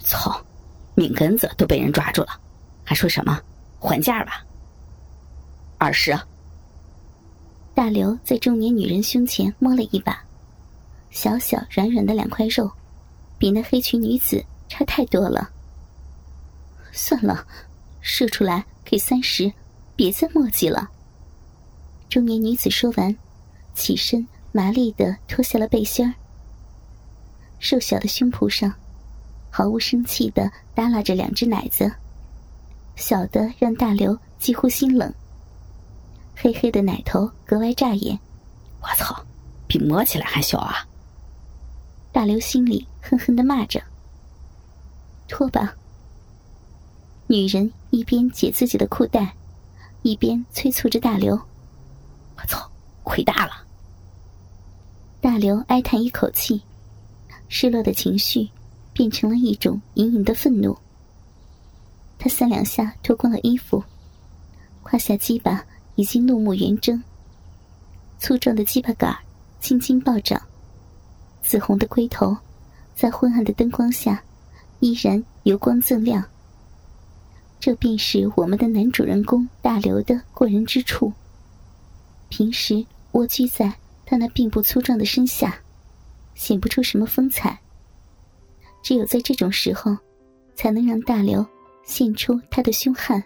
操，命根子都被人抓住了，还说什么还价吧？20。 大刘在中年女人胸前摸了一把，小小软软的2块肉，比那黑裙女子差太多了。算了，射出来给30，别再墨迹了。中年女子说完，起身麻利地脱下了背心儿。瘦小的胸脯上毫无生气地耷拉着2只奶子，小的让大刘几乎心冷。黑黑的奶头格外扎眼， 我操，比摸起来还小啊！ 大刘心里恨恨地骂着。脱吧。女人一边解自己的裤带，一边催促着大刘。 我操，亏大了！ 大刘哀叹一口气，失落的情绪变成了一种隐隐的愤怒。他3两下脱光了衣服，胯下鸡巴已经怒目圆睁，粗壮的鸡巴杆青筋暴涨，紫红的龟头在昏暗的灯光下依然油光锃亮。这便是我们的男主人公大刘的过人之处。平时蜗居在他那并不粗壮的身下，显不出什么风采，只有在这种时候才能让大刘现出他的凶悍。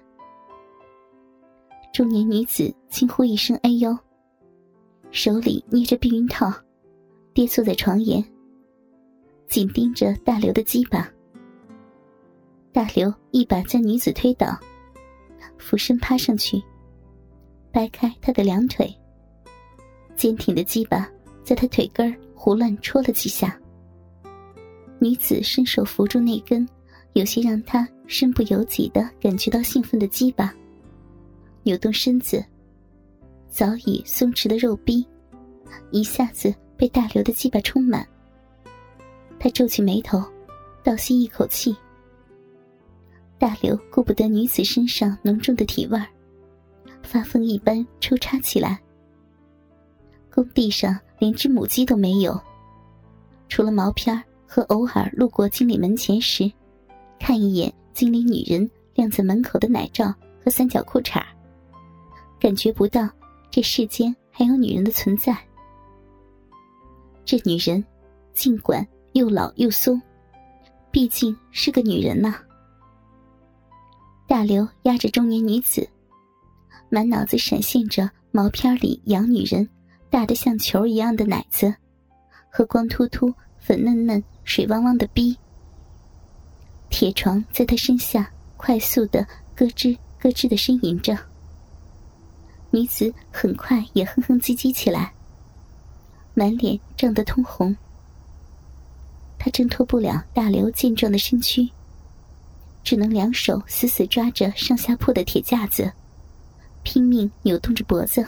中年女子轻呼一声哎呦，手里捏着避孕套，跌坐在床沿，紧盯着大刘的鸡巴。大刘一把将女子推倒，俯身趴上去，掰开她的2腿，坚挺的鸡巴在她腿根胡乱戳了几下。女子伸手扶住那根有些让她身不由己地感觉到兴奋的鸡巴，扭动身子，早已松弛的肉壁一下子被大刘的鸡巴充满。她皱起眉头，倒吸一口气。大刘顾不得女子身上浓重的体味，发疯一般抽插起来。工地上连只母鸡都没有，除了毛片和偶尔路过经理门前时看一眼经理女人晾在门口的奶罩和3角裤衩，感觉不到这世间还有女人的存在。这女人尽管又老又松，毕竟是个女人呐。大刘压着中年女子，满脑子闪现着毛片里洋女人大得像球一样的奶子和光秃秃粉嫩嫩水汪汪的逼。铁床在他身下快速地咯吱咯吱地呻吟着。女子很快也哼哼唧唧起来，满脸涨得通红。她挣脱不了大刘健壮的身躯，只能2手死死抓着上下铺的铁架子，拼命扭动着脖子。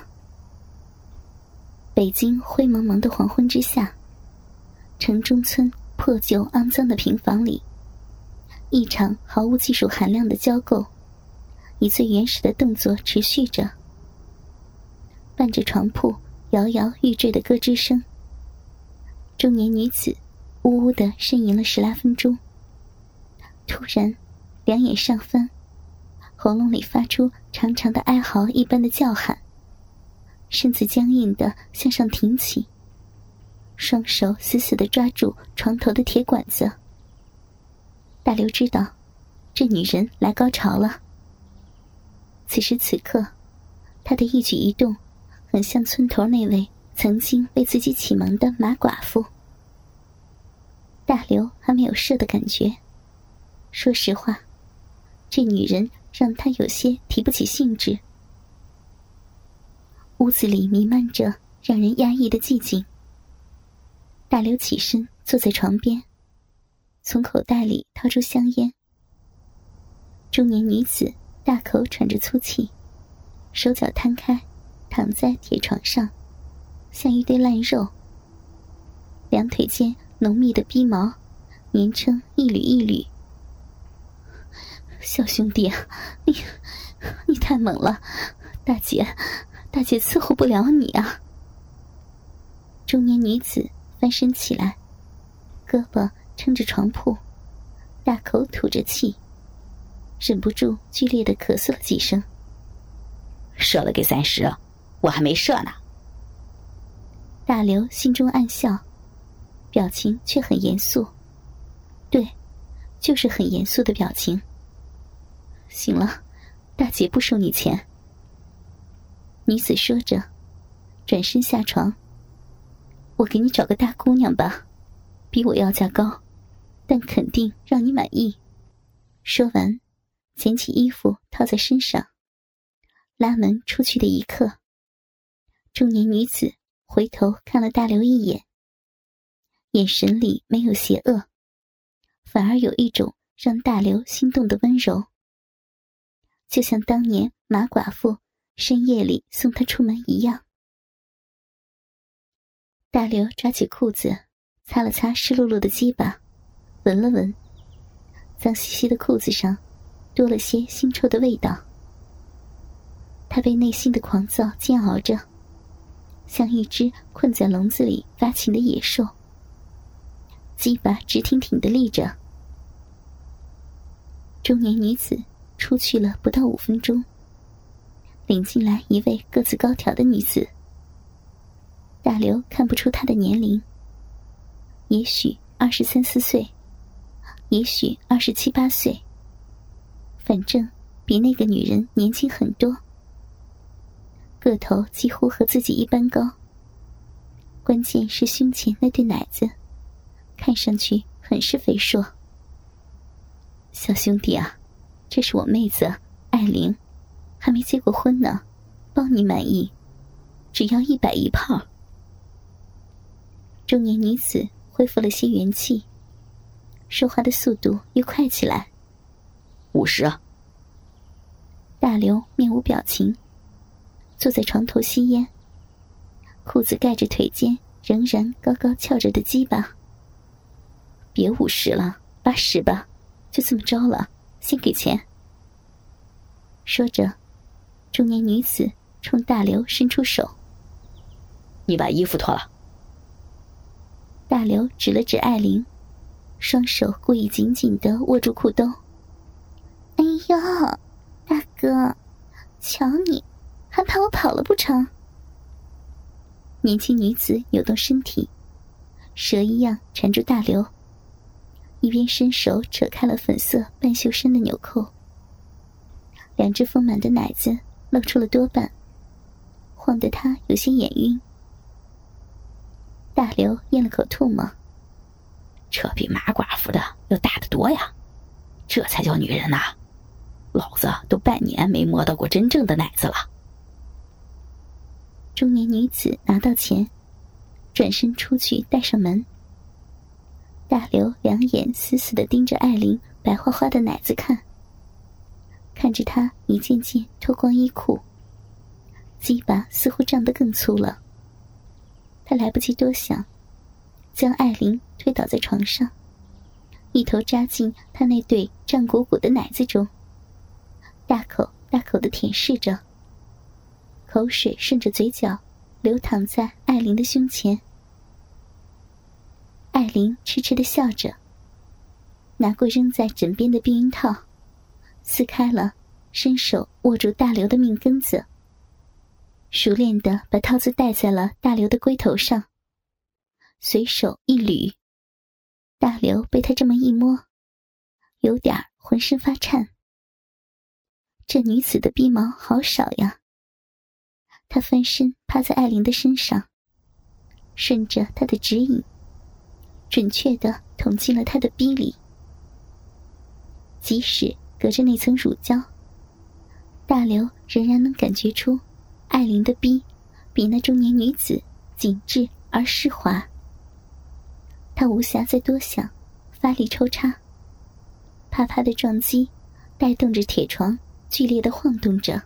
北京灰蒙蒙的黄昏之下，城中村破旧肮脏的平房里，一场毫无技术含量的交媾以最原始的动作持续着，伴着床铺摇摇欲坠的咯吱声，中年女子呜呜地呻吟了10来分钟，突然2眼上翻，喉咙里发出长长的哀嚎一般的叫喊，身子僵硬地向上挺起，双手死死地抓住床头的铁管子。大刘知道这女人来高潮了。此时此刻，她的一举一动很像村头那位曾经为自己启蒙的马寡妇。大刘还没有射的感觉，说实话，这女人让他有些提不起兴致。屋子里弥漫着让人压抑的寂静。大刘起身坐在床边，从口袋里掏出香烟。中年女子大口喘着粗气，手脚摊开，躺在铁床上，像一堆烂肉。2腿间浓密的逼毛粘成一缕一缕。小兄弟，你太猛了，大姐伺候不了你啊。中年女子翻身起来，胳膊撑着床铺， 大口吐着气，忍不住剧烈的咳嗽了几声。 射了给30，我还没射呢。 大刘心中暗笑，表情却很严肃。对，就是很严肃的表情。行了，大姐不收你钱。女子说着，转身下床。我给你找个大姑娘吧，比我要价高，但肯定让你满意。说完，捡起衣服套在身上，拉门出去的一刻，中年女子回头看了大刘一眼，眼神里没有邪恶，反而有一种让大刘心动的温柔，就像当年马寡妇深夜里送他出门一样。大刘抓起裤子，擦了擦湿漉漉的鸡巴，闻了闻，脏兮兮的裤子上多了些腥臭的味道。他被内心的狂躁煎熬着，像一只困在笼子里发情的野兽，鸡巴直挺挺地立着。中年女子出去了不到5分钟，领进来一位个子高挑的女子。大刘看不出她的年龄，也许23、24岁，也许27、28岁，反正比那个女人年轻很多，个头几乎和自己一般高，关键是胸前那对奶子看上去很是肥硕。小兄弟啊，这是我妹子艾玲，还没结过婚呢，包你满意，只要100一炮。中年女子恢复了些元气，说话的速度又快起来。 50。 大刘面无表情，坐在床头吸烟，裤子盖着腿间仍然高高翘着的鸡巴。别50了，80吧，就这么着了，先给钱。说着，中年女子冲大刘伸出手。 你把衣服脱了。 大刘指了指艾琳，双手故意紧紧地握住裤兜。哎呦，大哥，瞧你，还怕我跑了不成？年轻女子扭动身体，蛇一样缠住大刘，一边伸手扯开了粉色半袖衫的纽扣，两只丰满的奶子露出了多半，晃得他有些眼晕。大刘咽了口唾沫， 这比马寡妇的要大得多呀，这才叫女人呐，老子都半年没摸到过真正的奶子了。 中年女子拿到钱，转身出去带上门。大刘两眼死死地盯着艾琳白花花的奶子看，看着她一件件脱光衣裤，鸡巴似乎胀得更粗了。他来不及多想，将艾琳推倒在床上，一头扎进她那对胀鼓鼓的奶子中，大口大口地舔舐着，口水顺着嘴角流淌在艾琳的胸前。艾琳痴痴地笑着，拿过扔在枕边的避孕套，撕开了，伸手握住大刘的命根子，熟练地把套子戴在了大刘的龟头上，随手一捋。大刘被他这么一摸，有点浑身发颤。这女子的逼毛好少呀。他翻身趴在艾琳的身上，顺着她的指引，准确地捅进了她的逼里。即使隔着那层乳胶，大刘仍然能感觉出艾琳的逼比那中年女子紧致而湿滑。他无暇再多想，发力抽插，啪啪的撞击带动着铁床剧烈地晃动着。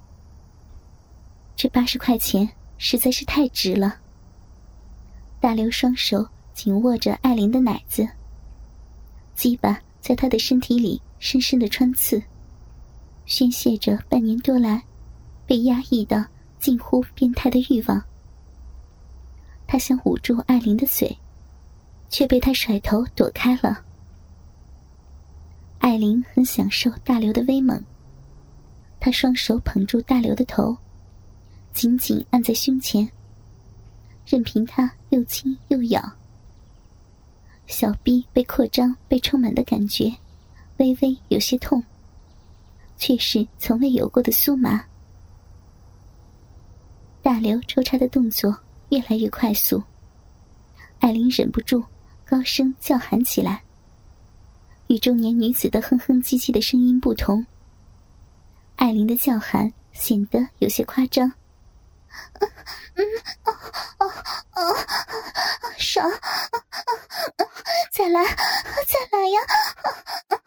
这80块钱实在是太值了。大刘双手紧握着艾琳的奶子，鸡巴在她的身体里深深的穿刺，宣泄着半年多来被压抑到近乎变态的欲望。他想捂住艾琳的嘴，却被他甩头躲开了。 艾琳很享受大刘的威猛，她双手捧住大刘的头，紧紧按在胸前，任凭他又亲又咬。小臂被扩张被充满的感觉微微有些痛，却是从未有过的酥麻。大刘抽插的动作越来越快速，艾琳忍不住高声叫喊起来。与中年女子的哼哼唧唧的声音不同，艾琳的叫喊显得有些夸张。爽，再来呀！